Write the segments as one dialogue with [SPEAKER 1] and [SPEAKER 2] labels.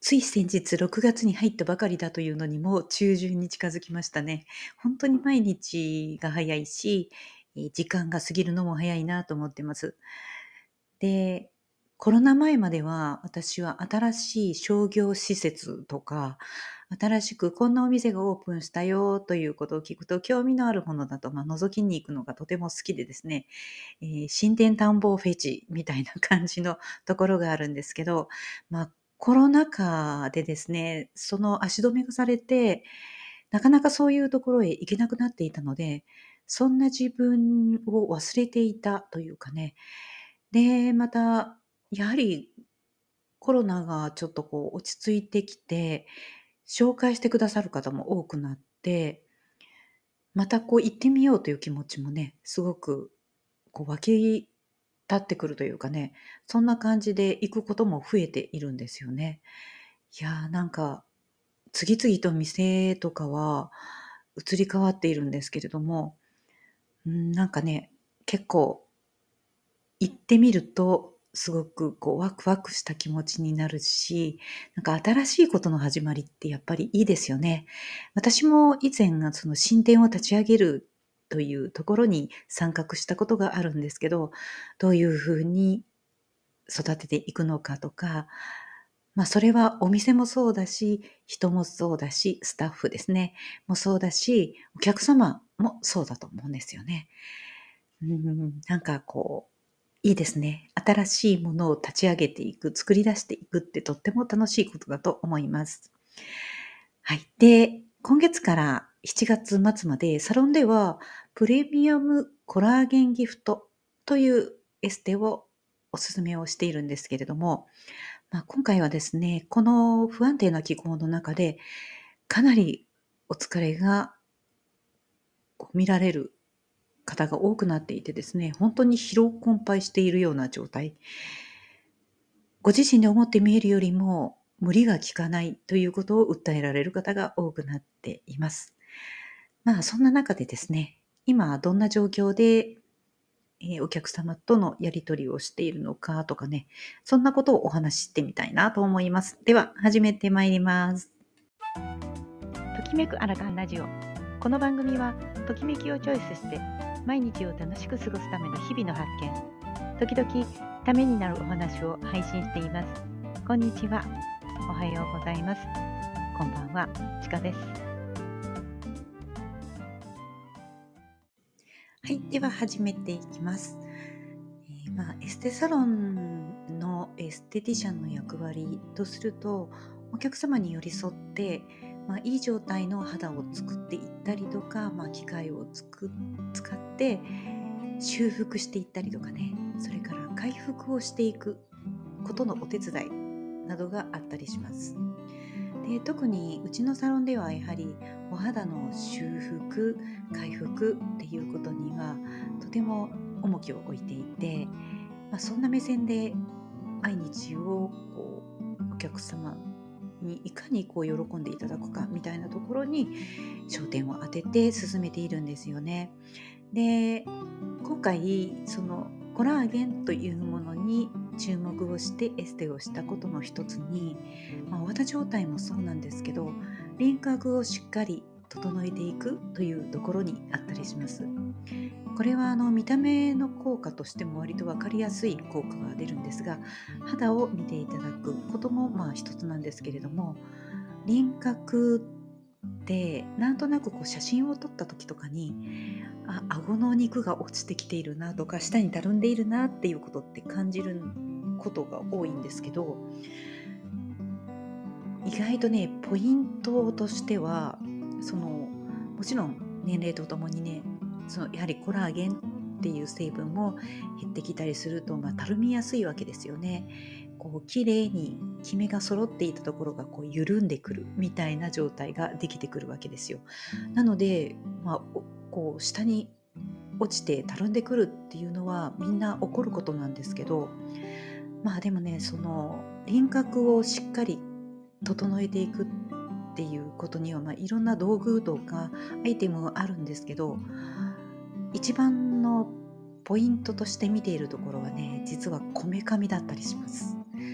[SPEAKER 1] つい先日6月に入ったばかりだというのにも中旬に近づきましたね。本当に毎日が早いし、時間が過ぎるのも早いなと思ってます。で、コロナ前までは私は新しい商業施設とか、新しくこんなお店がオープンしたよということを聞くと興味のあるものだと、覗きに行くのがとても好きでですね、新店探訪フェチみたいな感じのところがあるんですけど、コロナ禍でですね、その足止めがされて、なかなかそういうところへ行けなくなっていたので、そんな自分を忘れていたというかね。で、また、やはりコロナがちょっと落ち着いてきて、紹介してくださる方も多くなって、また行ってみようという気持ちもね、すごく湧き立ってくるというかね、そんな感じで行くことも増えているんですよね。いやー、なんか、次々と店とかは移り変わっているんですけれども、なんかね、結構行ってみると、すごくワクワクした気持ちになるし、なんか新しいことの始まりってやっぱりいいですよね。私も以前がその新店を立ち上げるというところに参画したことがあるんですけど、どういうふうに育てていくのかとか、それはお店もそうだし、人もそうだし、スタッフですね、もそうだし、お客様もそうだと思うんですよね。なんかいいですね。新しいものを立ち上げていく、作り出していくってとっても楽しいことだと思います。はい。で、今月から7月末までサロンではプレミアムコラーゲンギフトというエステをおすすめをしているんですけれども、今回はですね、この不安定な気候の中でかなりお疲れが見られる方が多くなっていてですね、本当に疲労困憊しているような状態。ご自身で思って見えるよりも無理が効かないということを訴えられる方が多くなっています。そんな中でですね、今どんな状況で、お客様とのやり取りをしているのかとかね、そんなことをお話ししてみたいなと思います。では始めてまいります。ときめくアラカンラジオ。この番組はときめきをチョイスして毎日を楽しく過ごすための日々の発見、時々ためになるお話を配信しています。こんにちは。おはようございます。こんばんは。ちかです。はい。では始めていきます。エステサロンのエステティシャンの役割とすると、お客様に寄り添って、いい状態の肌を作っていったりとか、機械を使って修復していったりとかね、それから回復をしていくことのお手伝いなどがあったりします。で、特にうちのサロンではやはりお肌の修復、回復っていうことにはとても重きを置いていて、そんな目線で毎日をお客様にいかに喜んでいただくかみたいなところに焦点を当てて進めているんですよね。で、今回そのコラーゲンというものに注目をしてエステをしたことの一つに、お肌状態もそうなんですけど、輪郭をしっかり整えていくというところにあったりします。これは見た目の効果としても割と分かりやすい効果が出るんですが、肌を見ていただくことも一つなんですけれども、輪郭ってなんとなく写真を撮った時とかに、顎の肉が落ちてきているなとか下にたるんでいるなっていうことって感じることが多いんですけど、意外とねポイントとしては、もちろん年齢とともにね、やはりコラーゲンっていう成分も減ってきたりすると、たるみやすいわけですよね。綺麗にキメが揃っていたところが緩んでくるみたいな状態ができてくるわけですよ。なので、下に落ちてたるんでくるっていうのはみんな起こることなんですけど、でもね、その輪郭をしっかり整えていくっていうことには、いろんな道具とかアイテムがあるんですけど、一番のポイントとして見ているところはね、実はこめかみだったりします。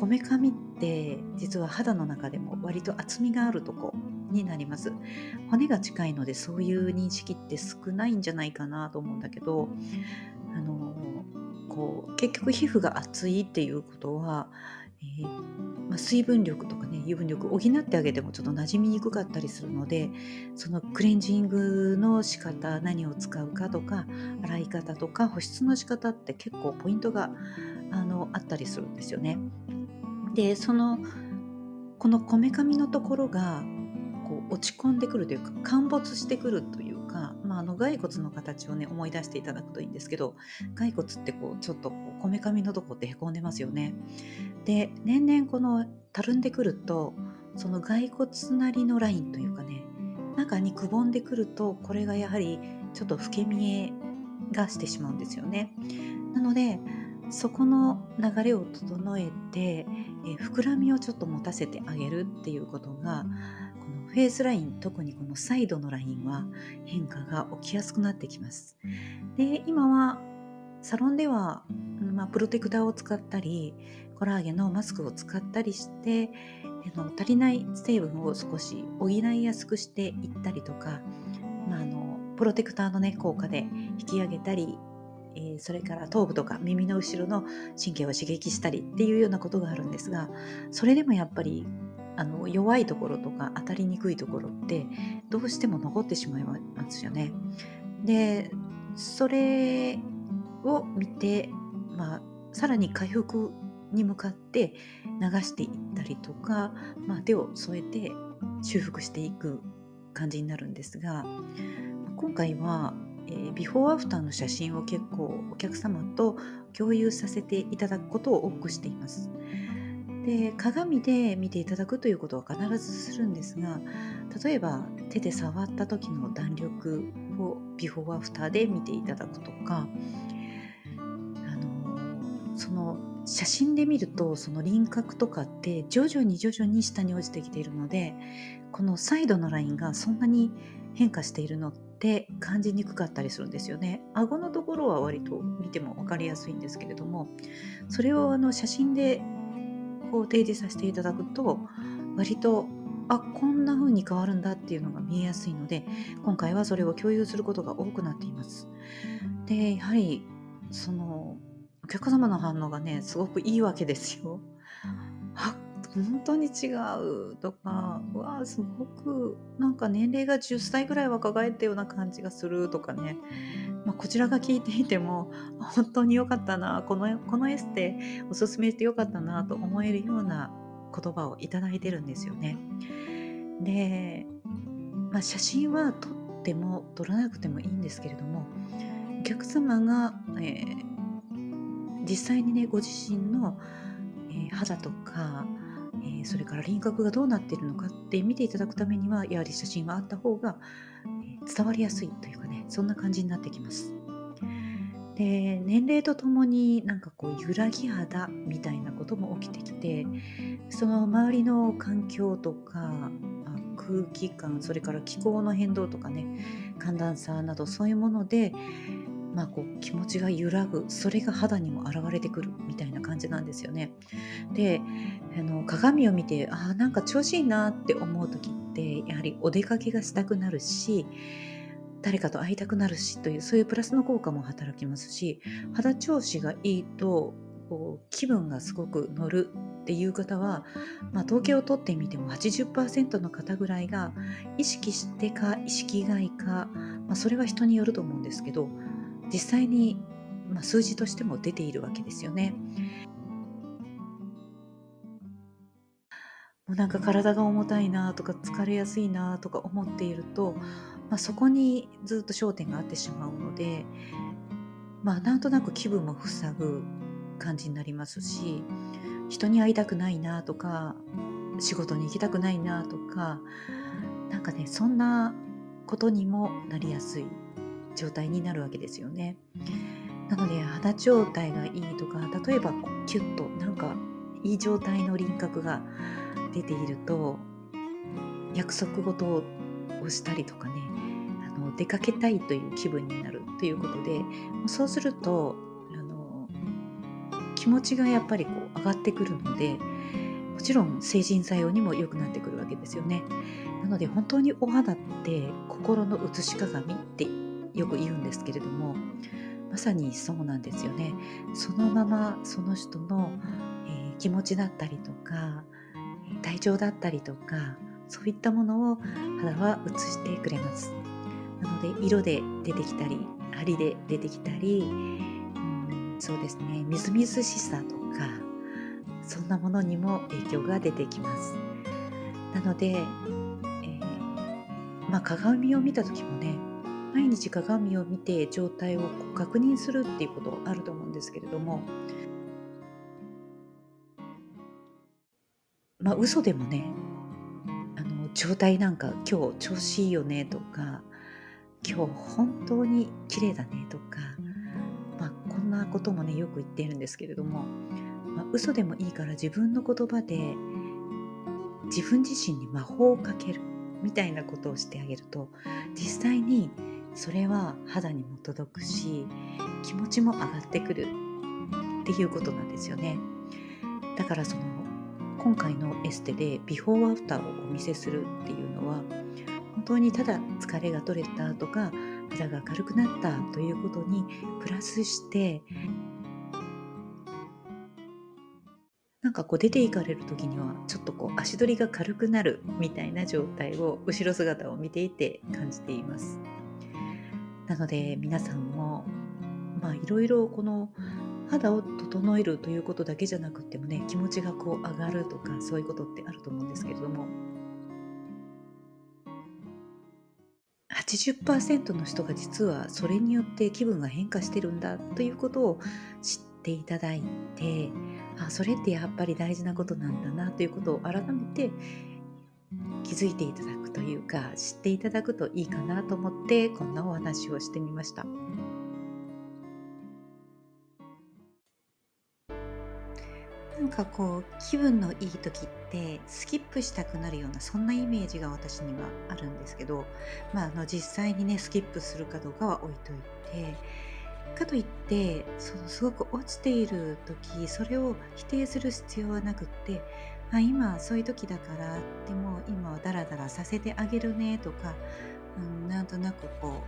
[SPEAKER 1] こめかみって実は肌の中でも割と厚みがあるとこになります。骨が近いのでそういう認識って少ないんじゃないかなと思うんだけど、あの結局皮膚が厚いっていうことは、水分力とかね、油分力補ってあげてもちょっと馴染みにくかったりするので、そのクレンジングの仕方、何を使うかとか、洗い方とか保湿の仕方って結構ポイントがあったりするんですよね。で、このこめかみのところが落ち込んでくるというか、陥没してくるというか、骸骨の形をね、思い出していただくといいんですけど、骸骨ってちょっとこめかみのとこってへこんでますよね。で、年々このたるんでくると、その骸骨なりのラインというかね、中にくぼんでくると、これがやはりちょっと老け見えがしてしまうんですよね。なので、そこの流れを整えて、膨らみをちょっと持たせてあげるっていうことが、このフェイスライン、特にこのサイドのラインは変化が起きやすくなってきます。で、今はサロンでは、プロテクターを使ったり、コラーゲンのマスクを使ったりして、足りない成分を少し補いやすくしていったりとか、プロテクターのね、効果で引き上げたり、それから頭部とか耳の後ろの神経を刺激したりっていうようなことがあるんですが、それでもやっぱり弱いところとか当たりにくいところってどうしても残ってしまいますよね。で、それを見て、さらに回復に向かって流していったりとか、手を添えて修復していく感じになるんですが、今回は、ビフォーアフターの写真を結構お客様と共有させていただくことを多くしています。で、鏡で見ていただくということは必ずするんですが、例えば手で触った時の弾力をビフォーアフターで見ていただくとか、その写真で見るとその輪郭とかって徐々に下に落ちてきているので、このサイドのラインがそんなに変化しているのって感じにくかったりするんですよね。顎のところは割と見ても分かりやすいんですけれども、それを写真で提示させていただくと、割とこんな風に変わるんだっていうのが見えやすいので、今回はそれを共有することが多くなっています。で、やはりお客様の反応がね、すごくいいわけですよ。本当に違うとか、すごくなんか年齢が10歳ぐらい若返ったような感じがするとかね。こちらが聞いていても、本当に良かったな、このエステおすすめして良かったなと思えるような言葉をいただいてるんですよね。で、写真は撮っても撮らなくてもいいんですけれども、お客様が、実際にね、ご自身の、肌とか、それから輪郭がどうなっているのかって見ていただくためには、やはり写真があった方が、伝わりやすいというかね、そんな感じになってきます。で、年齢とともに揺らぎ肌みたいなことも起きてきて、その周りの環境とか、空気感、それから気候の変動とかね、寒暖差などそういうもので、気持ちが揺らぐ、それが肌にも現れてくるみたいな感じなんですよね。で、鏡を見て、なんか調子いいなって思う時って、やはりお出かけがしたくなるし、誰かと会いたくなるしという、そういうプラスの効果も働きますし、肌調子がいいと、気分がすごく乗るっていう方は、統計を取ってみても80%の方ぐらいが意識してか意識外か、それは人によると思うんですけど、実際に、数字としても出ているわけですよね。もうなんか体が重たいなとか疲れやすいなとか思っていると、そこにずっと焦点があってしまうので、なんとなく気分も塞ぐ感じになりますし、人に会いたくないなとか、仕事に行きたくないなとか、なんかね、そんなことにもなりやすい状態になるわけですよね。なので肌状態がいいとか、例えばキュッとなんかいい状態の輪郭が出ていると、約束事をしたりとかね、出かけたいという気分になるということで、そうすると気気持ちがやっぱり上がってくるので、もちろん成人作用にも良くなってくるわけですよね。なので本当にお肌って心の映し鏡ってよく言うんですけれども、まさにそうなんですよね。そのままその人の、気持ちだったりとか、体調だったりとか、そういったものを肌は映してくれます。なので色で出てきたり、張りで出てきたり、そうですね、みずみずしさとか、そんなものにも影響が出てきます。なので、鏡を見た時もね、毎日鏡を見て状態を確認するっていうことあると思うんですけれども、嘘でもね、状態なんか今日調子いいよねとか、今日本当に綺麗だねとか、こんなこともね、よく言っているんですけれども、嘘でもいいから自分の言葉で自分自身に魔法をかけるみたいなことをしてあげると、実際にそれは肌にも届くし、気持ちも上がってくるっていうことなんですよね。だから今回のエステでビフォーアフターをお見せするっていうのは、本当にただ疲れが取れたとか肌が軽くなったということにプラスして、なんか出て行かれる時にはちょっと足取りが軽くなるみたいな状態を後ろ姿を見ていて感じています。なので皆さんもいろいろこの肌を整えるということだけじゃなくってもね、気持ちが上がるとかそういうことってあると思うんですけれども、80% の人が実はそれによって気分が変化してるんだということを知っていただいて、それってやっぱり大事なことなんだなということを改めて気づいていただくというか、知っていただくといいかなと思ってこんなお話をしてみました。なんか気分のいい時ってスキップしたくなるようなそんなイメージが私にはあるんですけど、実際にねスキップするかどうかは置いといて、かといってすごく落ちている時それを否定する必要はなくって、今そういう時だからでも今はダラダラさせてあげるねとか、なんとなく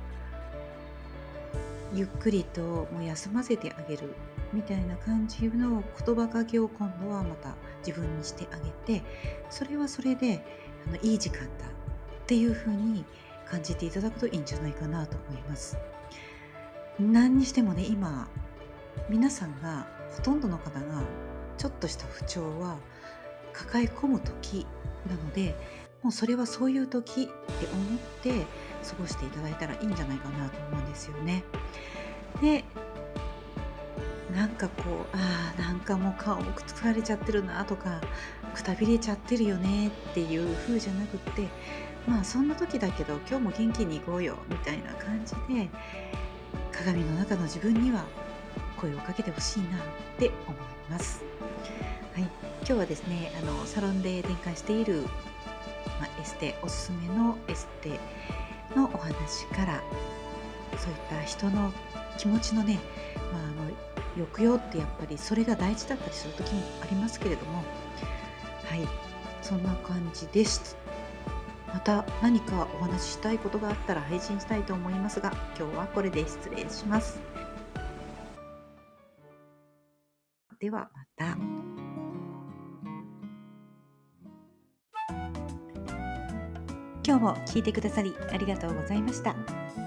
[SPEAKER 1] ゆっくりともう休ませてあげるみたいな感じの言葉かけを今度はまた自分にしてあげて、それはそれでいい時間だっていう風に感じていただくといいんじゃないかなと思います。何にしてもね、今皆さんがほとんどの方がちょっとした不調は抱え込む時なので、もうそれはそういう時って思って過ごしていただいたらいいんじゃないかなと思うんですよね。で、なんかなんかもう顔も疲れちゃってるなとか、くたびれちゃってるよねっていう風じゃなくって、そんな時だけど今日も元気に行こうよみたいな感じで、鏡の中の自分には声をかけてほしいなって思います。はい、今日はですね、サロンで展開している、エステおすすめのエステのお話から、そういった人の気持ちのね、抑揚ってやっぱりそれが大事だったりする時もありますけれども、はい、そんな感じです。また何かお話ししたいことがあったら配信したいと思いますが、今日はこれで失礼します。ではまた。今日も聞いてくださりありがとうございました。